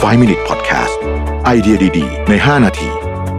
5 Minute Podcast ไอเดียดีๆใน5นาที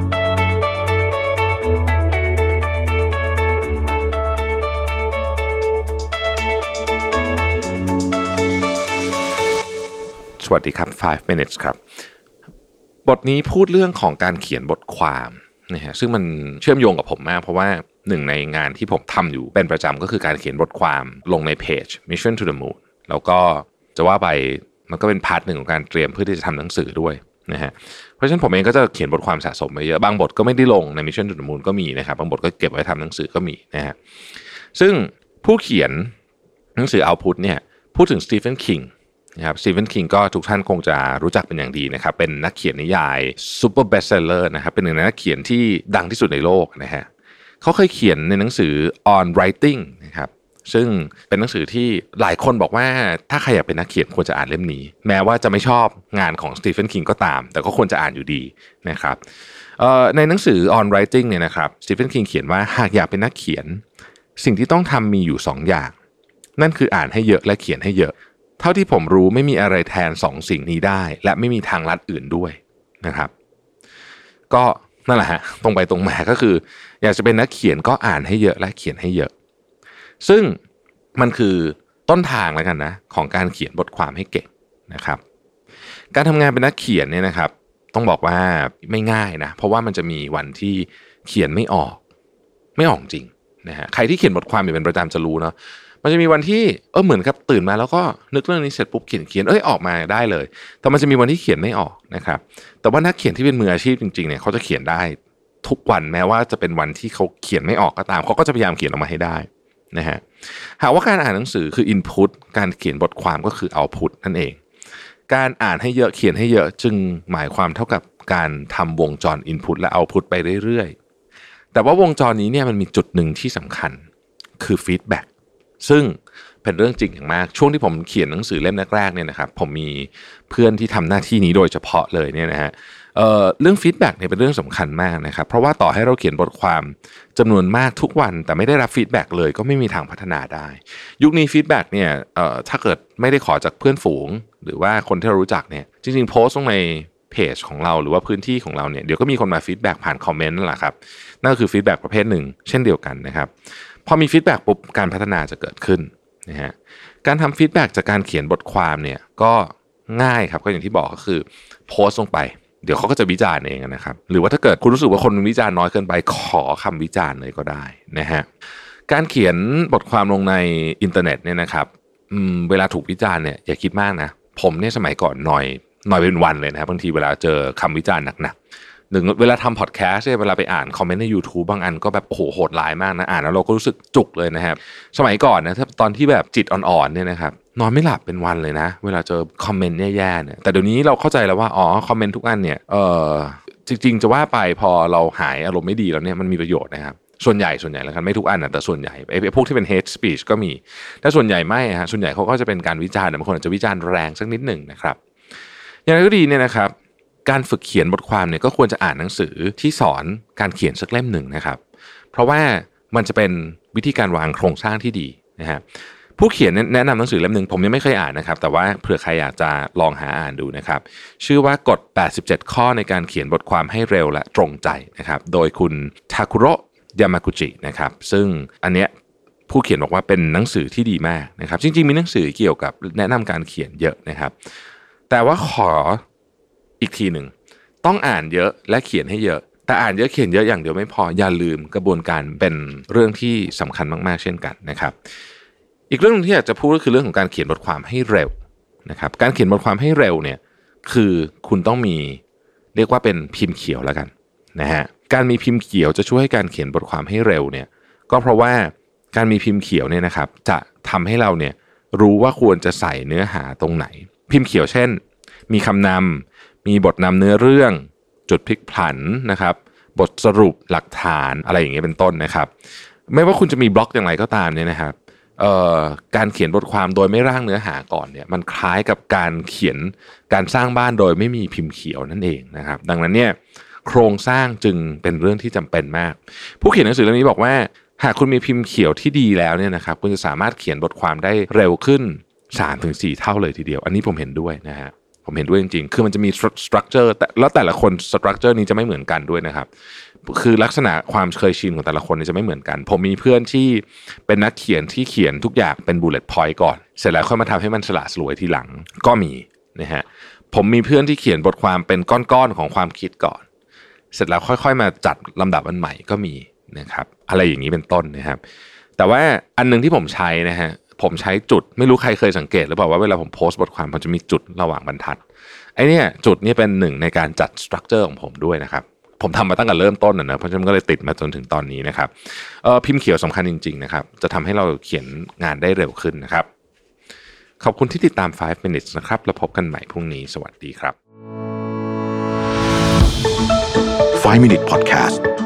สวัสดีครับ5 minutes ครับบทนี้พูดเรื่องของการเขียนบทความนะฮะซึ่งมันเชื่อมโยงกับผมมากเพราะว่าหนึ่งในงานที่ผมทำอยู่เป็นประจำก็คือการเขียนบทความลงในเพจ Mission to the Moon แล้วก็จะว่าไปมันก็เป็นพาร์ทหนึ่งของการเตรียมเพื่อที่จะทำหนังสือด้วยนะฮะเพราะฉะนั้นผมเองก็จะเขียนบทความสะสมไปเยอะบางบทก็ไม่ได้ลงใน Mission to the Moon ก็มีนะครับบางบทก็เก็บไว้ทำหนังสือก็มีนะฮะซึ่งผู้เขียนหนังสือ Output เนี่ยพูดถึงสตีเฟนคิงนะครับสตีเฟนคิงก็ทุกท่านคงจะรู้จักเป็นอย่างดีนะครับเป็นนักเขียนนิยายซูเปอร์เบสเซลเลอร์นะครับเป็นหนึ่งในนักเขียนที่ดังที่สุดในโลกนะฮะเขาเคยเขียนในหนังสือ On Writing นะครับซึ่งเป็นหนังสือที่หลายคนบอกว่าถ้าใครอยากเป็นนักเขียนควรจะอ่านเล่มนี้แม้ว่าจะไม่ชอบงานของสตีเฟนคิงก็ตามแต่ก็ควรจะอ่านอยู่ดีนะครับในหนังสือ On Writing เนี่ยนะครับสตีเฟนคิงเขียนว่าหากอยากเป็นนักเขียนสิ่งที่ต้องทำมีอยู่2อย่างนั่นคืออ่านให้เยอะและเขียนให้เยอะเท่าที่ผมรู้ไม่มีอะไรแทน2สิ่งนี้ได้และไม่มีทางลัดอื่นด้วยนะครับก็นั่นแหละฮะตรงไปตรงมาก็คืออยากจะเป็นนักเขียนก็อ่านให้เยอะและเขียนให้เยอะซึ่งมันคือต้นทางแล้วกันนะของการเขียนบทความให้เก่งนะครับการทำงานเป็นนักเขียนเนี่ยนะครับต้องบอกว่าไม่ง่ายนะเพราะว่ามันจะมีวันที่เขียนไม่ออกจริงนะฮะใครที่เขียนบทความอยู่เป็นประจำจะรู้เนาะมันจะมีวันที่เหมือนกับตื่นมาแล้วก็นึกเรื่องนี้เสร็จปุ๊บเขียนออกมาได้เลยแต่มันจะมีวันที่เขียนไม่ออกนะครับแต่ว่านักเขียนที่เป็นมืออาชีพจริงๆเนี่ยเขาจะเขียนได้ทุกวันแม้ว่าจะเป็นวันที่เขาเขียนไม่ออกก็ตามเขาก็จะพยายามเขียนออกมาให้ได้นะฮะหากว่าการอ่านหนังสือคือ input การเขียนบทความก็คือ output นั่นเองการอ่านให้เยอะเขียนให้เยอะจึงหมายความเท่ากับการทำวงจร input และ output ไปเรื่อยๆแต่ว่าวงจรนี้เนี่ยมันมีจุดหนึ่งที่สำคัญคือ feedbackซึ่งเป็นเรื่องจริงอย่างมากช่วงที่ผมเขียนหนังสือเล่มแรกๆเนี่ยนะครับผมมีเพื่อนที่ทำหน้าที่นี้โดยเฉพาะเลยเนี่ยนะฮะเรื่องฟีดแบ็กเนี่ยเป็นเรื่องสำคัญมากนะครับเพราะว่าต่อให้เราเขียนบทความจำนวนมากทุกวันแต่ไม่ได้รับฟีดแบ็กเลยก็ไม่มีทางพัฒนาได้ยุคนี้ฟีดแบ็กเนี่ยถ้าเกิดไม่ได้ขอจากเพื่อนฝูงหรือว่าคนที่เรารู้จักเนี่ยจริงๆโพสต์ลงในเพจของเราหรือว่าพื้นที่ของเราเนี่ยเดี๋ยวก็มีคนมาฟีดแบ็กผ่านคอมเมนต์นั่นแหละครับนั่นก็คือฟีดแบ็กประเภทหนึ่งเช่นเดียวกันนะครับพอมีฟีดแบ็กปุ๊บการพัฒนาจะเกิดขึ้นนะฮะการทำฟีดแบ็กจากการเขียนบทความเนี่ยก็ง่ายครับก็อย่างที่บอกก็คือโพสต์ลงไปเดี๋ยวเขาก็จะวิจารณ์เองนะครับหรือว่าถ้าเกิดคุณรู้สึกว่าคนวิจารณ์น้อยเกินไปขอคำวิจารณ์เลยก็ได้นะฮะการเขียนบทความลงในอินเทอร์เน็ตเนี่ยนะครับเวลาถูกวิจารณ์เนี่ยอย่าคิดมากนะผมเนี่ยสมัยก่อนหน่อยเป็นวันเลยนะครับบางทีเวลาเจอคำวิจารณ์หนักหนึ่งเวลาทำพอดแคสต์เวลาไปอ่านคอมเมนต์ใน YouTube บางอันก็แบบโอ้โหโหดร้ายมากนะอ่านแล้วเราก็รู้สึกจุกเลยนะครับสมัยก่อนนะถ้าตอนที่แบบจิตอ่อนๆเนี่ยนะครับนอนไม่หลับเป็นวันเลยนะเวลาเจอคอมเมนต์แย่ๆเนี่ยแต่เดี๋ยวนี้เราเข้าใจแล้วว่าคอมเมนต์ทุกอันเนี่ยจริงๆจะว่าไปพอเราหายอารมณ์ไม่ดีแล้วเนี่ยมันมีประโยชน์นะครับส่วนใหญ่แล้วกันไม่ทุกอันนะแต่ส่วนใหญ่ไอ้พวกที่เป็น hate speech ก็มีแต่ส่วนใหญ่ไม่ฮะส่วนใหญ่เขาก็จะเป็นการวิจารณ์บางคนอาจจะวิจารณ์แรงสักนิดหนึ่งนะครับอย่างไรก็ดีเนี่ยนะครับการฝึกเขียนบทความเนี่ยก็ควรจะอ่านหนังสือที่สอนการเขียนสักเล่มหนึ่งนะครับเพราะว่ามันจะเป็นวิธีการวางโครงสร้างที่ดีนะฮะผู้เขียนแนะนำหนังสือเล่มหนึ่งผมยังไม่เคยอ่านนะครับแต่ว่าเผื่อใครอยากจะลองหาอ่านดูนะครับชื่อว่ากฎ87ข้อในการเขียนบทความให้เร็วและตรงใจนะครับโดยคุณทาคุโระยามากุจินะครับซึ่งอันเนี้ยผู้เขียนบอกว่าเป็นหนังสือที่ดีมากนะครับจริงๆมีหนังสือเกี่ยวกับแนะนำการเขียนเยอะนะครับแต่ว่าขออีกทีหนึ่งต้องอ่านเยอะและเขียนให้เยอะแต่อ่านเยอะเขียนเยอะอย่างเดียวไม่พออย่าลืมกระบวนการเป็นเรื่องที่สำคัญมากๆเช่นกันนะครับอีกเรื่องนึงที่อยากจะพูดก็คือเรื่องของการเขียนบทความให้เร็วนะครับการเขียนบทความให้เร็วเนี่ยคือคุณต้องมีเรียกว่าเป็นพิมพ์เขียวแล้วกันนะฮะการมีพิมพ์เขียวจะช่วยให้การเขียนบทความให้เร็วเนี่ยก็เพราะว่าการมีพิมพ์เขียวเนี่ยนะครับจะทำให้เราเนี่ยรู้ว่าควรจะใส่เนื้อหาตรงไหนพิมพ์เขียวเช่นมีคำนำมีบทนำเนื้อเรื่องจุดพลิกผันนะครับบทสรุปหลักฐานอะไรอย่างเงี้ยเป็นต้นนะครับไม่ว่าคุณจะมีบล็อกอย่างไรก็ตามเนี่ยนะครับการเขียนบทความโดยไม่ร่างเนื้อหาก่อนเนี่ยมันคล้ายกับการเขียนการสร้างบ้านโดยไม่มีพิมพ์เขียวนั่นเองนะครับดังนั้นเนี่ยโครงสร้างจึงเป็นเรื่องที่จำเป็นมากผู้เขียนหนังสือเล่มนี้บอกว่าหากคุณมีพิมพ์เขียวที่ดีแล้วเนี่ยนะครับคุณจะสามารถเขียนบทความได้เร็วขึ้น 3-4 เท่าเลยทีเดียวอันนี้ผมเห็นด้วยนะฮะผมเห็นด้วยจริงๆคือมันจะมี structure แต่ละคน structure นี้จะไม่เหมือนกันด้วยนะครับคือลักษณะความเคยชินของแต่ละคนจะไม่เหมือนกันผมมีเพื่อนที่เป็นนักเขียนที่เขียนทุกอย่างเป็น bullet point ก่อนเสร็จแล้วค่อยมาทำให้มันสละสลวยทีหลังก็มีนะฮะผมมีเพื่อนที่เขียนบทความเป็นก้อนๆของความคิดก่อนเสร็จแล้วค่อยๆมาจัดลำดับอันใหม่ก็มีนะครับอะไรอย่างนี้เป็นต้นนะครับแต่ว่าอันนึงที่ผมใช้นะฮะผมใช้จุดไม่รู้ใครเคยสังเกตหรือเปล่าว่าเวลาผมโพสต์บทความมันจะมีจุดระหว่างบรรทัดไอ้นี่จุดนี้เป็นหนึ่งในการจัดสตรัคเจอร์ของผมด้วยนะครับผมทำมาตั้งแต่เริ่มต้นนะเพราะฉะนั้นก็เลยติดมาจนถึงตอนนี้นะครับพิมพ์เขียวสำคัญจริงๆนะครับจะทำให้เราเขียนงานได้เร็วขึ้นนะครับขอบคุณที่ติดตาม5 minutes นะครับแล้วพบกันใหม่พรุ่งนี้สวัสดีครับ 5 Minute Podcast